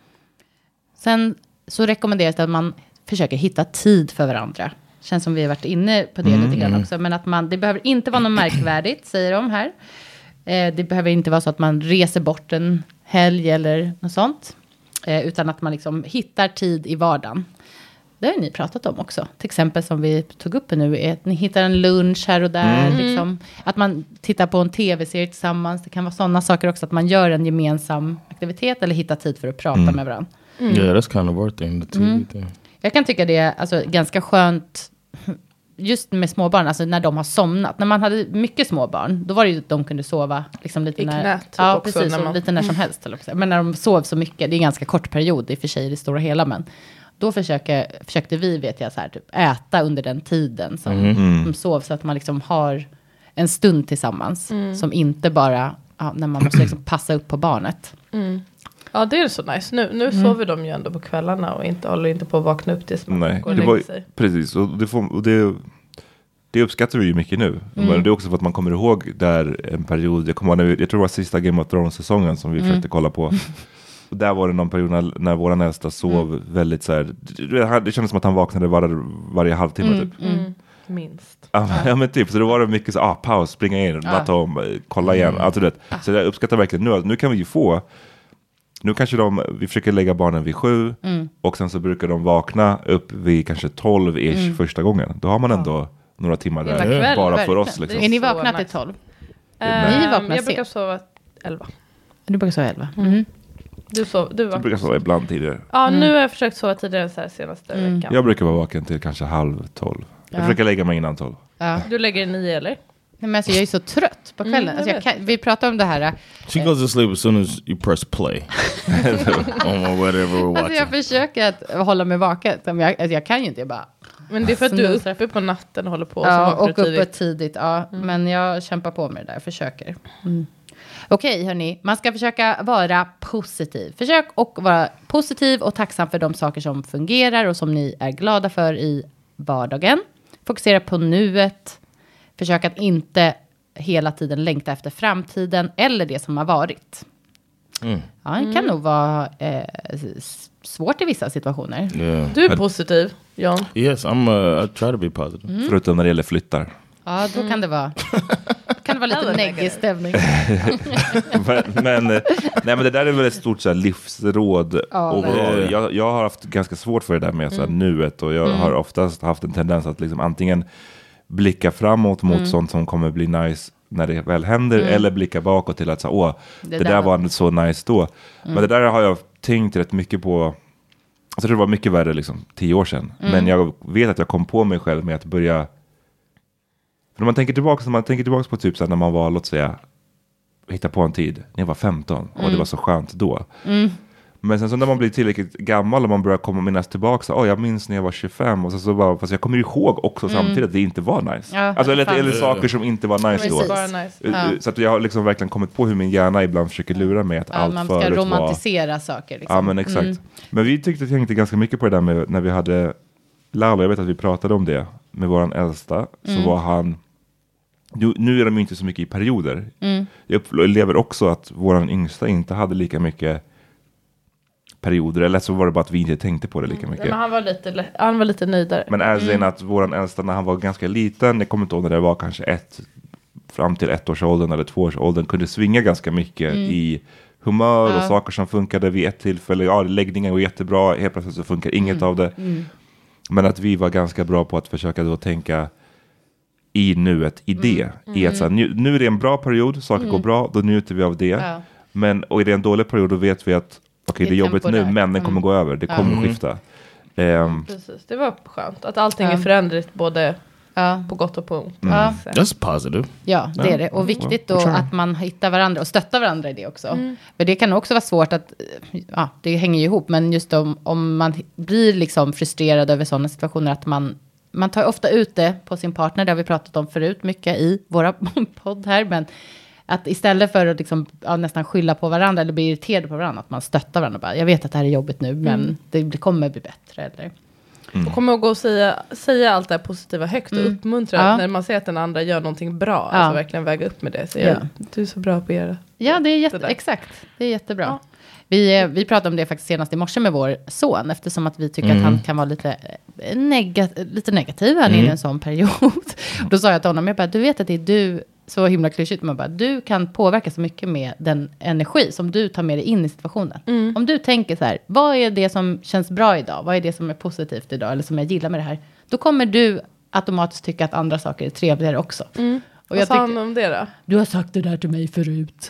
Sen så rekommenderas det att man försöker hitta tid för varandra. Känns som vi har varit inne på det lite grann också. Men att det behöver inte vara något märkvärdigt, säger de här. Det behöver inte vara så att man reser bort en helg eller något sånt. Utan att man liksom hittar tid i vardagen. Det har ni pratat om också. Till exempel som vi tog upp nu. Är att ni hittar en lunch här och där. Liksom. Att man tittar på en tv-serie tillsammans. Det kan vara sådana saker också. Att man gör en gemensam aktivitet. Eller hittar tid för att prata med varandra. Yeah, that's kind of our thing. The TV thing. Jag kan tycka det är alltså, ganska skönt just med småbarn, alltså när de har somnat. När man hade mycket småbarn, då var det ju att de kunde sova liksom lite i när, knät. ja, också, precis, lite när som helst. Men när de sov så mycket, det är en ganska kort period i och för sig i det stora hela, men då försökte vi, vet jag, så här, typ, äta under den tiden som de sov, så att man liksom har en stund tillsammans som inte bara när man måste liksom passa upp på barnet. Ja, det är så nice. Nu sover de ju ändå på kvällarna och håller inte på att vakna upp tills man går och lägger sig. Precis, och det uppskattar vi ju mycket nu. Men det är också för att man kommer ihåg där en period, jag tror det var sista Game of Thrones-säsongen som vi försökte kolla på. Och där var det någon period när våran äldsta sov väldigt så här, det kändes som att han vaknade varje halvtimme typ. Minst. Ja men typ, så då var det mycket så, paus, springa in, latta om, kolla igen, allt det. Så jag uppskattar verkligen nu kan vi ju få. Nu kanske vi försöker lägga barnen vid 7 och sen så brukar de vakna upp vid kanske 12-ish första gången. Då har man ändå några timmar där bara för oss. Liksom. Är ni vakna till 12? Jag brukar sova 11. Du brukar sova 11? Du brukar sova ibland tidigare. Ja, nu har jag försökt sova tidigare så här senaste veckan. Jag brukar vara vaken till kanske 11:30. Jag försöker lägga mig innan 12. Du lägger 9 eller? Nej, men alltså, jag är så trött på kvällen. Alltså, vi pratar om det här. She goes to sleep as soon as you press play. On whatever we're watching. Alltså, jag försöker att hålla mig vaken. Jag kan ju inte, jag bara... Men det är för att du är uppe på natten och håller på. Ja, och uppe tidigt. Ja. Men jag kämpar på med det där, försöker. Okej, hörni. Man ska försöka vara positiv. Försök att vara positiv och tacksam för de saker som fungerar och som ni är glada för i vardagen. Fokusera på nuet. Försök att inte hela tiden längta efter framtiden eller det som har varit. Ja, det kan nog vara svårt i vissa situationer. Yeah. Du är positiv, John. Yes, I try to be positive. Förutom när det gäller flyttar. Ja, då kan det vara... Kan det vara lite neggig stämning. men det där är väl ett stort så här, livsråd. Och jag har haft ganska svårt för det där med så här, nuet. Och jag har oftast haft en tendens att liksom, antingen blicka framåt mot sånt som kommer bli nice när det väl händer. Eller blicka bakåt till att så, det där var så nice då. Men det där har jag tänkt rätt mycket på. Alltså det var mycket värre liksom 10 år sedan. Men jag vet att jag kom på mig själv med att börja... För när man tänker tillbaka på typ så här, när man var, låt säga, hitta på en tid, när jag var 15 och det var så skönt då. Men sen så när man blir tillräckligt gammal och man börjar komma minnas tillbaka, så jag minns när jag var 25 och så bara, fast jag kommer ihåg också samtidigt att det inte var nice. Ja, alltså eller saker som inte var nice då. Nice. Så att jag har liksom verkligen kommit på hur min hjärna ibland försöker lura mig att allt man förut ska var... romantisera saker. Liksom. Ja, men exakt. Men vi tänkte ganska mycket på det där med när vi hade Lalo, jag vet att vi pratade om det med våran äldsta, så var han... Nu är de inte så mycket i perioder. Jag upplever också att våran yngsta inte hade lika mycket perioder. Eller så var det bara att vi inte tänkte på det lika mycket. Men han var lite nöjdare. Men att våran äldsta när han var ganska liten, jag kommer inte ihåg när det var kanske fram till 1-årsåldern eller 2-årsåldern, kunde svinga ganska mycket i humör och saker som funkade vid ett tillfälle. Ja, läggningen var jättebra. Helt plötsligt så funkar inget av det. Men att vi var ganska bra på att försöka då tänka i nuet, i det. I att så här, nu är det en bra period, saker går bra, då njuter vi av det. Ja. Och är det en dålig period, då vet vi att okej, det är jobbigt nu, men den kommer gå över. Det kommer skifta. Precis, det var skönt. Att allting är förändligt, både på gott och på ont. That's positive. Ja, det är det. Och viktigt då att man hittar varandra och stöttar varandra i det också. För det kan också vara svårt att, det hänger ju ihop, men just om man blir liksom frustrerad över sådana situationer att man tar ofta ut det på sin partner, det har vi pratat om förut mycket i våra podd här, men att istället för att liksom, nästan skylla på varandra eller bli irriterad på varandra, att man stöttar varandra bara, jag vet att det här är jobbigt nu, men det kommer bli bättre. Eller? Och kom ihåg att säga allt det här positiva högt och uppmuntra när man ser att den andra gör någonting bra, alltså verkligen väga upp med det. Så du är så bra på det. Ja, det är exakt. Det är jättebra. Ja. Vi pratade om det faktiskt senast i morse med vår son, eftersom att vi tycker att han kan vara lite negativ här i en sån period. Och då sa jag till honom, du vet att det är du, så himla klyschigt, men bara, du kan påverka så mycket med den energi som du tar med dig in i situationen. Om du tänker så här, vad är det som känns bra idag? Vad är det som är positivt idag? Eller som jag gillar med det här? Då kommer du automatiskt tycka att andra saker är trevligare också. Och vad sa han om det då? Du har sagt det där till mig förut.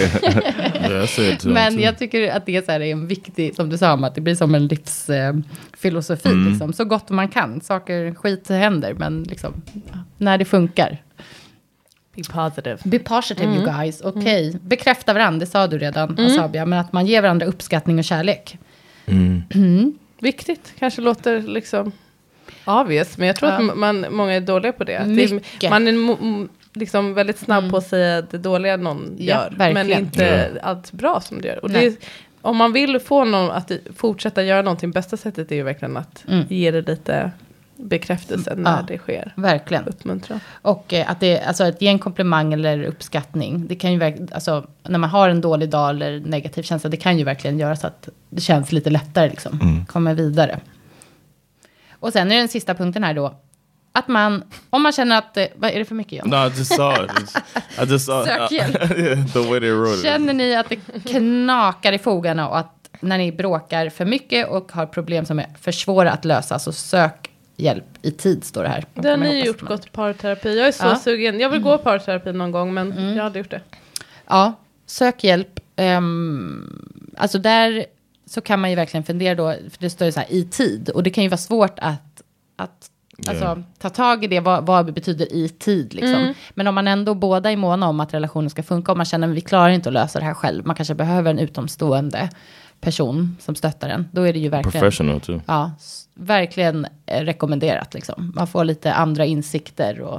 Men jag tycker att det är, så här, är en viktig, som du sa om, att det blir som en livsfilosofi. Liksom. Så gott man kan. Skit händer, men liksom, när det funkar. Be positive. Be positive, you guys. Okej. Bekräfta varandra, det sa du redan, Asabia. Men att man ger varandra uppskattning och kärlek. Viktigt. Kanske låter liksom obvious, men jag tror att många är dåliga på det. Man är liksom väldigt snabb på att säga det dåliga någon gör, men inte allt bra som det gör. Och det är, om man vill få någon att fortsätta göra någonting, bästa sättet är ju verkligen att ge det lite bekräftelse när det sker. Verkligen. Uppmuntra. Och att ge en komplimang eller uppskattning, det kan ju alltså, när man har en dålig dag eller negativ känsla, det kan ju verkligen göra så att det känns lite lättare liksom. Kommer vidare. Och sen är den sista punkten här då, att om man känner att, vad är det för mycket? No, I just saw it. Sök hjälp. The way they wrote it. Känner ni att det knakar i fogarna och att när ni bråkar för mycket och har problem som är för svåra att lösa, så sök hjälp i tid, står det här. Det har ni gjort, gått parterapi. Jag är så sugen. Jag vill gå parterapi någon gång, men jag hade gjort det. Ja, sök hjälp. Alltså där så kan man ju verkligen fundera då, för det står ju så här i tid, och det kan ju vara svårt att alltså, ta tag i det, vad det betyder i tid liksom. Men om man ändå båda är måna om att relationen ska funka, och man känner att vi klarar inte att lösa det här själv, man kanske behöver en utomstående person som stöttar en, då är det ju verkligen professional too. Ja, verkligen rekommenderat liksom. Man får lite andra insikter och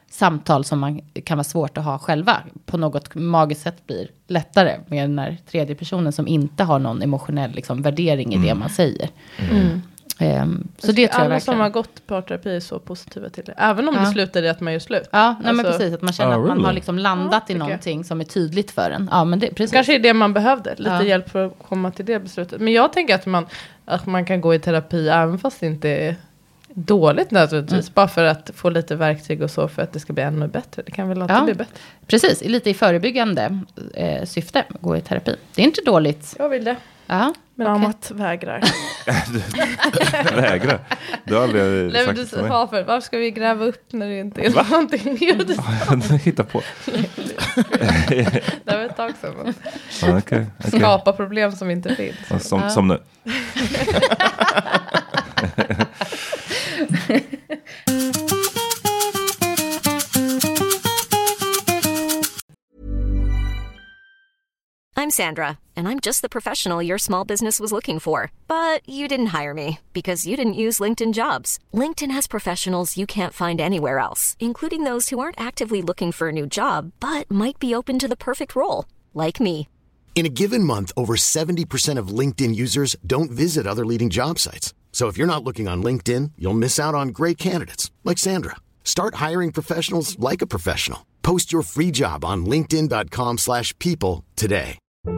samtal som man kan vara svårt att ha själva. På något magiskt sätt blir lättare med den här tredje personen som inte har någon emotionell liksom, värdering i det man säger. Så det tror jag alla verkligen. som har gått parterapi är så positiva till det. Även om det slutar i att man gör slut. Ja, nej, men precis. Att man känner att man har liksom landat i tycker någonting som är tydligt för en. Ja, men det, precis. Kanske är det man behövde. Lite hjälp för att komma till det beslutet. Men jag tänker att man kan gå i terapi även fast det inte är dåligt nödvändigtvis. Bara för att få lite verktyg och så för att det ska bli ännu bättre. Det kan väl alltid bli bättre. Precis, lite i förebyggande syfte gå i terapi. Det är inte dåligt. Jag vill det. Ja, Men Amat vägrar. Vägrar? Du har aldrig sagt det. Varför ska vi gräva upp när det inte är någonting? Hitta på. Det var ett tag sedan. Okay. Skapa problem som inte finns. Som nu. I'm Sandra, and I'm just the professional your small business was looking for. But you didn't hire me because you didn't use LinkedIn Jobs. LinkedIn has professionals you can't find anywhere else, including those who aren't actively looking for a new job, but might be open to the perfect role, like me. In a given month, over 70% of LinkedIn users don't visit other leading job sites. So if you're not looking on LinkedIn, you'll miss out on great candidates like Sandra. Start hiring professionals like a professional. Post your free job on linkedin.com/people today.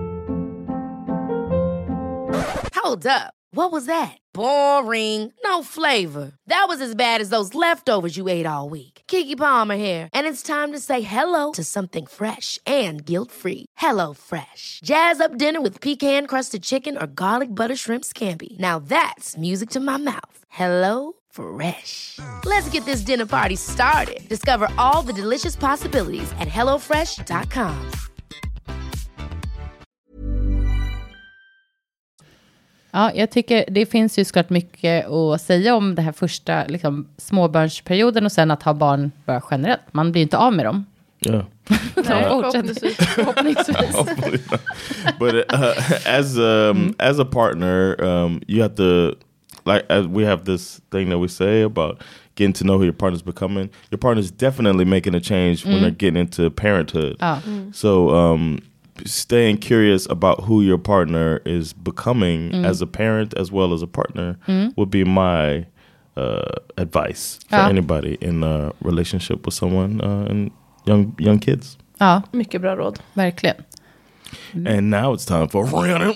Hold up. What was that? Boring. No flavor. That was as bad as those leftovers you ate all week. Keke Palmer here, and it's time to say hello to something fresh and guilt-free. Hello Fresh. Jazz up dinner with pecan-crusted chicken or garlic butter shrimp scampi. Now that's music to my mouth. Hello Fresh. Let's get this dinner party started. Discover all the delicious possibilities at hellofresh.com. Ja, jag tycker det finns ju såklart mycket att säga om det här första liksom, småbarnsperioden och sen att ha barn bara generellt. Man blir inte av med dem. Yeah. Förhoppningsvis. But as a partner, you have to we have this thing that we say about getting to know who your partner's becoming. Your partner's definitely making a change when they're getting into parenthood. So staying curious about who your partner is becoming as a parent as well as a partner would be my advice for anybody in a relationship with someone and young kids. Ja, mycket bra råd. Verkligen. And now it's time for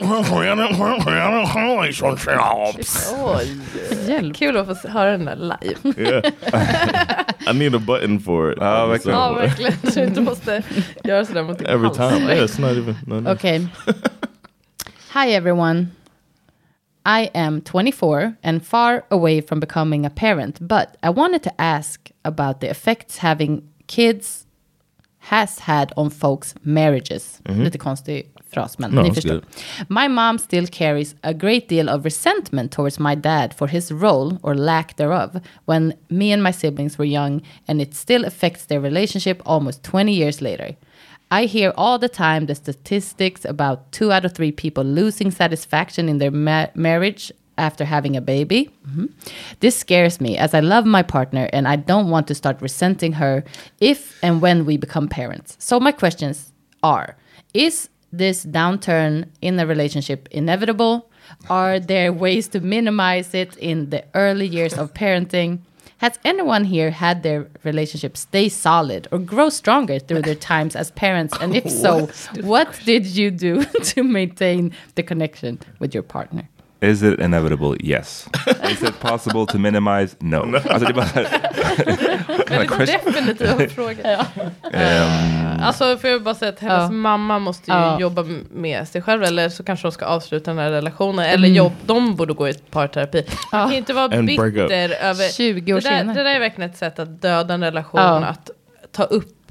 relationships. Kul att få höra den där live. I need a button for it. Verkligen. Så du inte måste göra sådär mot every time. Yeah, it's not even. Okay. Hi everyone. I am 24 and far away from becoming a parent, but I wanted to ask about the effects having kids has had on folks' marriages. Lite konstig fras, men ni förstår. My mom still carries a great deal of resentment towards my dad for his role, or lack thereof, when me and my siblings were young, and it still affects their relationship almost 20 years later. I hear all the time the statistics about 2 out of 3 people losing satisfaction in their marriage after having a baby. This scares me as I love my partner and I don't want to start resenting her if and when we become parents. So my questions are, is this downturn in a relationship inevitable? Are there ways to minimize it in the early years of parenting? Has anyone here had their relationship stay solid or grow stronger through their times as parents? And if so, what did you do to maintain the connection with your partner? Is it inevitable? Yes. Is it possible to minimize? No. Alltså det är bara definitivt fråga. Alltså får jag bara säga att hennes mamma måste ju jobba med sig själv, eller så kanske de ska avsluta den här relationen, eller de borde gå i ett parterapi. Man kan inte vara bitter över 20 år senare. Det där är verkligen ett sätt att döda en relation, att ta upp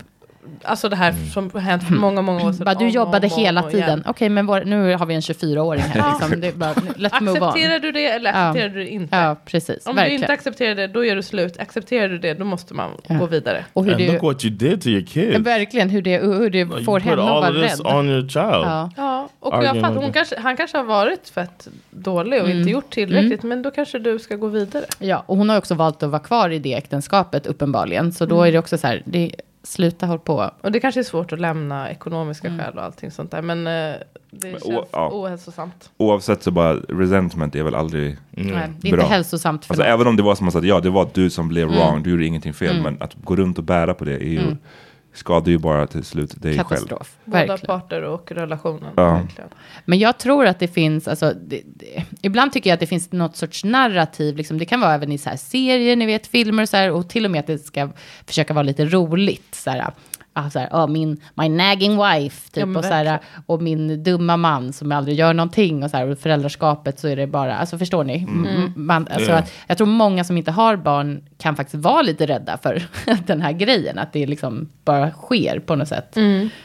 alltså det här som har hänt för många år sedan. Bara, du jobbade hela tiden. Okej, men nu har vi en 24-åring här. Liksom. Det är bara, let's move on. Accepterar du det eller accepterar du det inte? Ja, precis. Om verkligen. du inte accepterar det, då gör du slut. Accepterar du det, då måste man gå vidare. Och hur And look what you did to your kids. Verkligen, hur det får henne att vara rädd. On your child. Ja, och jag fattar, han kanske har varit fett dålig och inte gjort tillräckligt, men då kanske du ska gå vidare. Ja, och hon har också valt att vara kvar i det äktenskapet uppenbarligen. Så då är det också så här, sluta håll på. Och det kanske är svårt att lämna ekonomiska skäl och allting sånt där, men det känns ohälsosamt. Oavsett så bara, resentment är väl aldrig Nej, det är bra. inte hälsosamt för alltså, någon. även om det var som man sa, ja det var du som blev wrong, du gjorde ingenting fel, men att gå runt och bära på det är ju skadar ju bara till slut dig själv. Katastrof. Båda Verkligen. parter och relationen. Ja. Verkligen. Men jag tror att det finns, alltså, ibland tycker jag att det finns något sorts narrativ, liksom, det kan vara även i så här serier, ni vet, filmer så här, och till och med att det ska försöka vara lite roligt, så här, my nagging wife, typ, Ja, och, så här, och min dumma man som aldrig gör någonting, och så här, och föräldraskapet så är det bara, alltså förstår ni? Att, jag tror många som inte har barn kan faktiskt vara lite rädda för den här grejen, att det liksom bara sker på något sätt.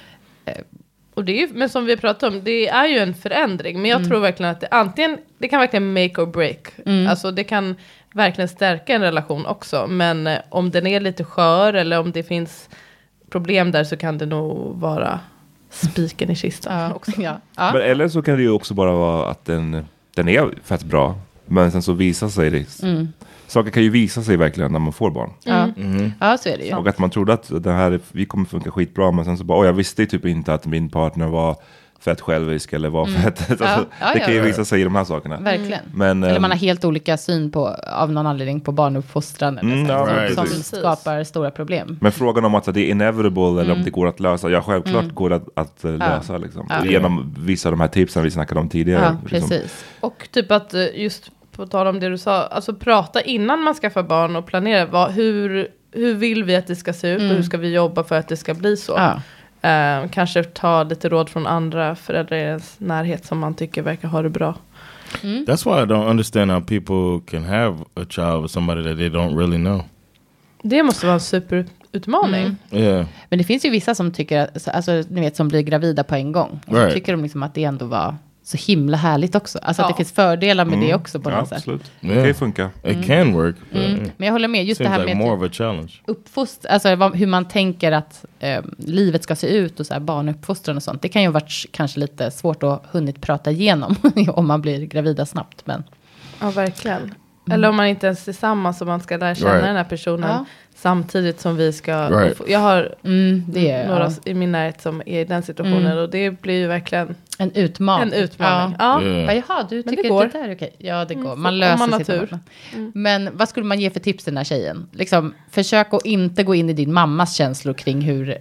Och det är ju, men som vi pratade om, det är ju en förändring. Men jag tror verkligen att det kan verkligen make or break. Alltså det kan verkligen stärka en relation också. Men om den är lite skör eller om det finns problem där, så kan det nog vara spiken i kistan också. Ja. Men, eller så kan det ju också bara vara att den är fett bra, men sen så visar sig det. Saker kan ju visa sig verkligen när man får barn. Ja, så är det ju. Och att man trodde att vi kommer funka skitbra, men sen så bara, jag visste typ inte att min partner var fett självisk eller var fett. Alltså, det kan ju visa sig i de här sakerna. Verkligen. Men, eller man har helt olika syn på, av någon anledning, på barnuppfostran eller som skapar stora problem. Men frågan om att det är inevitable eller om det går att lösa, ja självklart går det att lösa liksom. Genom vissa av de här tipsen vi snackade om tidigare. Ja, precis. Liksom. Och typ att just på tal om det du sa, alltså prata innan man skaffar barn och planera, hur vill vi att det ska se ut och hur ska vi jobba för att det ska bli så. Kanske ta lite råd från andra föräldrar i ens närhet som man tycker verkar ha det bra. That's why I don't understand how people can have a child with somebody that they don't really know. Det måste vara en superutmaning. Yeah. Men det finns ju vissa som tycker, alltså, ni vet, som blir gravida på en gång. Och så tycker de liksom att det ändå var så himla härligt också. Alltså att det finns fördelar med det också på något sätt. Absolut. Det kan ju funka. It can work. Men jag håller med, just det här med more of a challenge. alltså hur man tänker att livet ska se ut och så här, barnuppfostran och sånt. Det kan ju ha varit kanske lite svårt att hunnit prata igenom om man blir gravida snabbt. Men. Ja, verkligen. Eller om man inte ens är tillsammans och man ska lära känna den här personen samtidigt som vi ska... Jag har några i min närhet som är i den situationen och det blir ju verkligen... En utmaning. Ja. Jaha, du tycker det, det där är okej. Ja, det går. Man löser situationen. Men vad skulle man ge för tips till den här tjejen? Liksom, försök att inte gå in i din mammas känslor kring hur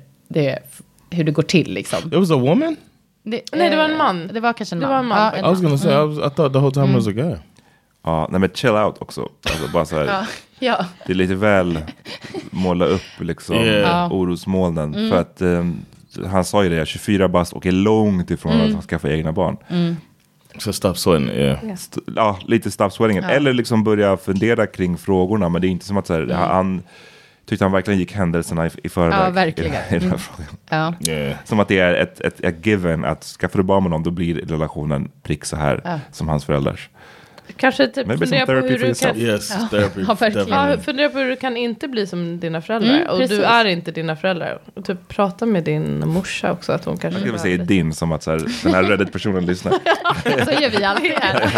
det går till. Liksom. It was a woman? Nej, det var en man. Det var kanske en man. Det var en man. I was gonna say, I thought the whole time it was a guy. Ja, nej men chill out också. Alltså bara så här, det är lite väl måla upp liksom orosmolnen. För att han sa ju det, 24 bast och är långt ifrån att han ska få egna barn. Så stop sweating, lite stop sweating. Eller liksom börja fundera kring frågorna. Men det är inte som att så här, han tyckte han verkligen gick händelserna i förväg. Ja, verkligen. I den här frågan. Som att det är ett given att skaffa du barn med någon, då blir relationen prick så här som hans föräldrars. Kanske typ fundera på hur du kan... Yes, therapy. Fundera på hur du kan inte bli som dina föräldrar. Och du är inte dina föräldrar. Och typ prata med din morsa också. Att hon kanske... Jag ska säga din, som att så här, den här Reddit-personen lyssnar. Så gör vi alltid här.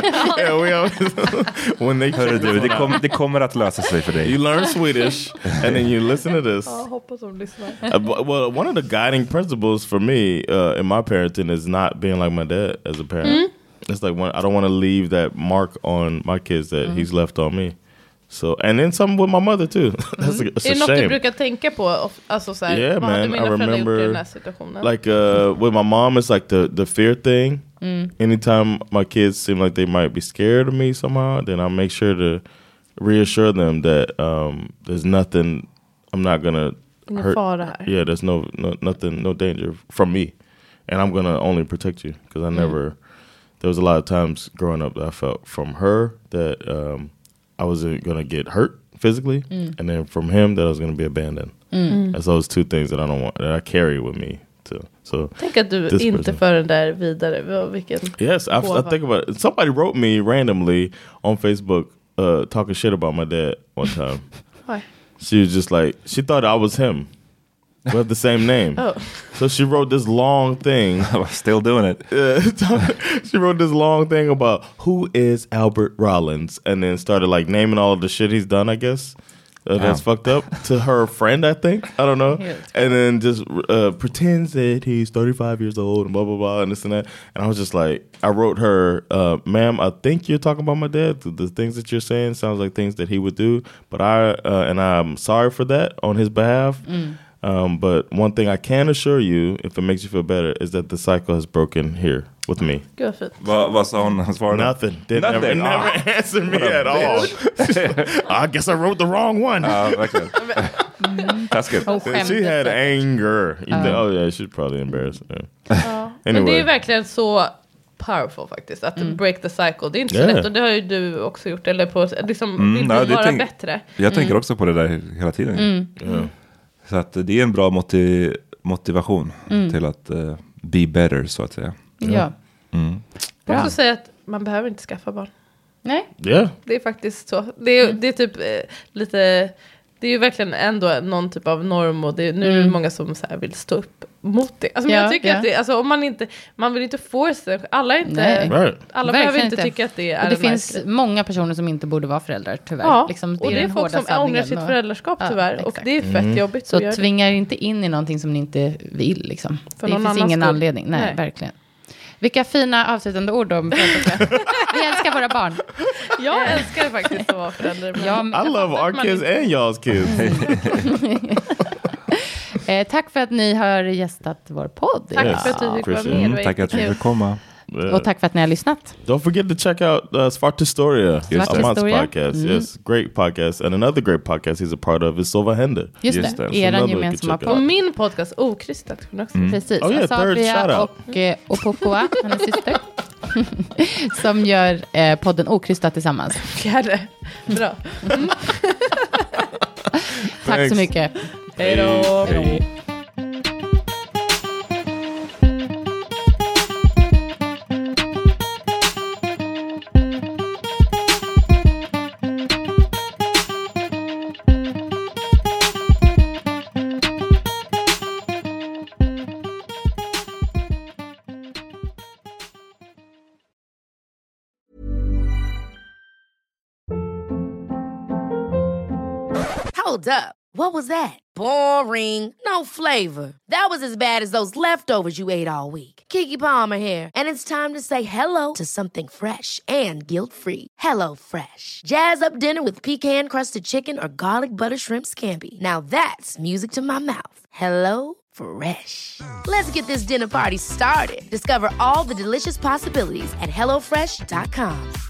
Det kommer att lösa sig för dig. You learn Swedish and then you listen to this. Ja, hoppas de lyssnar. Well, one of the guiding principles for me in my parenting is not being like my dad as a parent. It's like I don't want to leave that mark on my kids that he's left on me. So, and then some with my mother too. That's it's är a det något shame. du brukar tänka på? Alltså så här, vad hade mina föräldrar gjort i den här situationen? Like with my mom, it's like the fear thing. Anytime my kids seem like they might be scared of me somehow, then I make sure to reassure them that there's nothing, I'm not gonna hurt. Fara här. Yeah, there's no danger from me, and I'm gonna only protect you because I never. There was a lot of times growing up that I felt from her that I wasn't gonna get hurt physically, and then from him that I was going to be abandoned. That's those two things that I don't want, that I carry with me. So tänk att du inte för den där vidare. Vilken yes, I think about it. Somebody wrote me randomly on Facebook talking shit about my dad one time. Why? She was just like, she thought I was him. We have the same name. So she wrote this long thing. Still doing it. She wrote this long thing about who is Albert Rollins, and then started like naming all of the shit he's done, I guess. That's fucked up to her friend, I think. I don't know. And then just pretends that he's 35 years old and blah, blah, blah, and this and that. And I was just like, I wrote her, ma'am, I think you're talking about my dad. The things that you're saying sounds like things that he would do. But I'm sorry for that on his behalf. But one thing I can assure you, if it makes you feel better, is that the cycle has broken here with me. Gud, fint. Vad sa hon? Han svarade? Nothing. Never answered me at all. I guess I wrote the wrong one. Verkligen. Taskigt. She had anger. You think, oh yeah, she's probably embarrassed. Yeah. Anyway. Men det är verkligen så powerful faktiskt, att break the cycle. Det är inte så lätt, och det har ju du också gjort. Eller på, liksom, vill du vara bättre? Jag tänker också på det där hela tiden. Så att det är en bra motivation till att be better, så att säga. Ja. Jag kan också säga att man behöver inte skaffa barn. Nej. Yeah. Det är faktiskt så. Det är typ lite... Det är ju verkligen ändå någon typ av norm, och nu är det många som så här vill stå upp mot det. Alltså, men jag tycker att det, alltså, om man vill inte force det. Alla är inte... Alla behöver inte tycka att det är... Och det finns många personer som inte borde vara föräldrar, tyvärr. Ja, liksom, och det är folk som ångrar sitt föräldraskap, tyvärr. Och det är fett jobbigt. Så tvingar inte in i någonting som ni inte vill, liksom. Det finns ingen anledning. Nej, verkligen. Vilka fina avslutande ord om föräldraskap. Vi älskar våra barn. Jag älskar faktiskt att vara förälder. I love our kids and y'all's kids. Tack för att ni har gästat vår podd. Tack för att du fick vara med. Tack att du fick komma. Och tack för att ni har lyssnat. Don't forget to check out Svarthistoria, Amat's podcast. Yes, great podcast. And another great podcast he's a part of is Sova Händer. Just det, eran gemensamma podd. Och min podcast, Okrystat. Precis, oh, yeah, Asabia och Popoa, hennes syster. Som gör podden Okrystat tillsammans. Fjärde. Bra. Tack så mycket. Hej då. Hold up. What was that? Boring. No flavor. That was as bad as those leftovers you ate all week. Keke Palmer here, and it's time to say hello to something fresh and guilt-free. Hello Fresh. Jazz up dinner with pecan-crusted chicken or garlic butter shrimp scampi. Now that's music to my mouth. Hello Fresh. Let's get this dinner party started. Discover all the delicious possibilities at HelloFresh.com.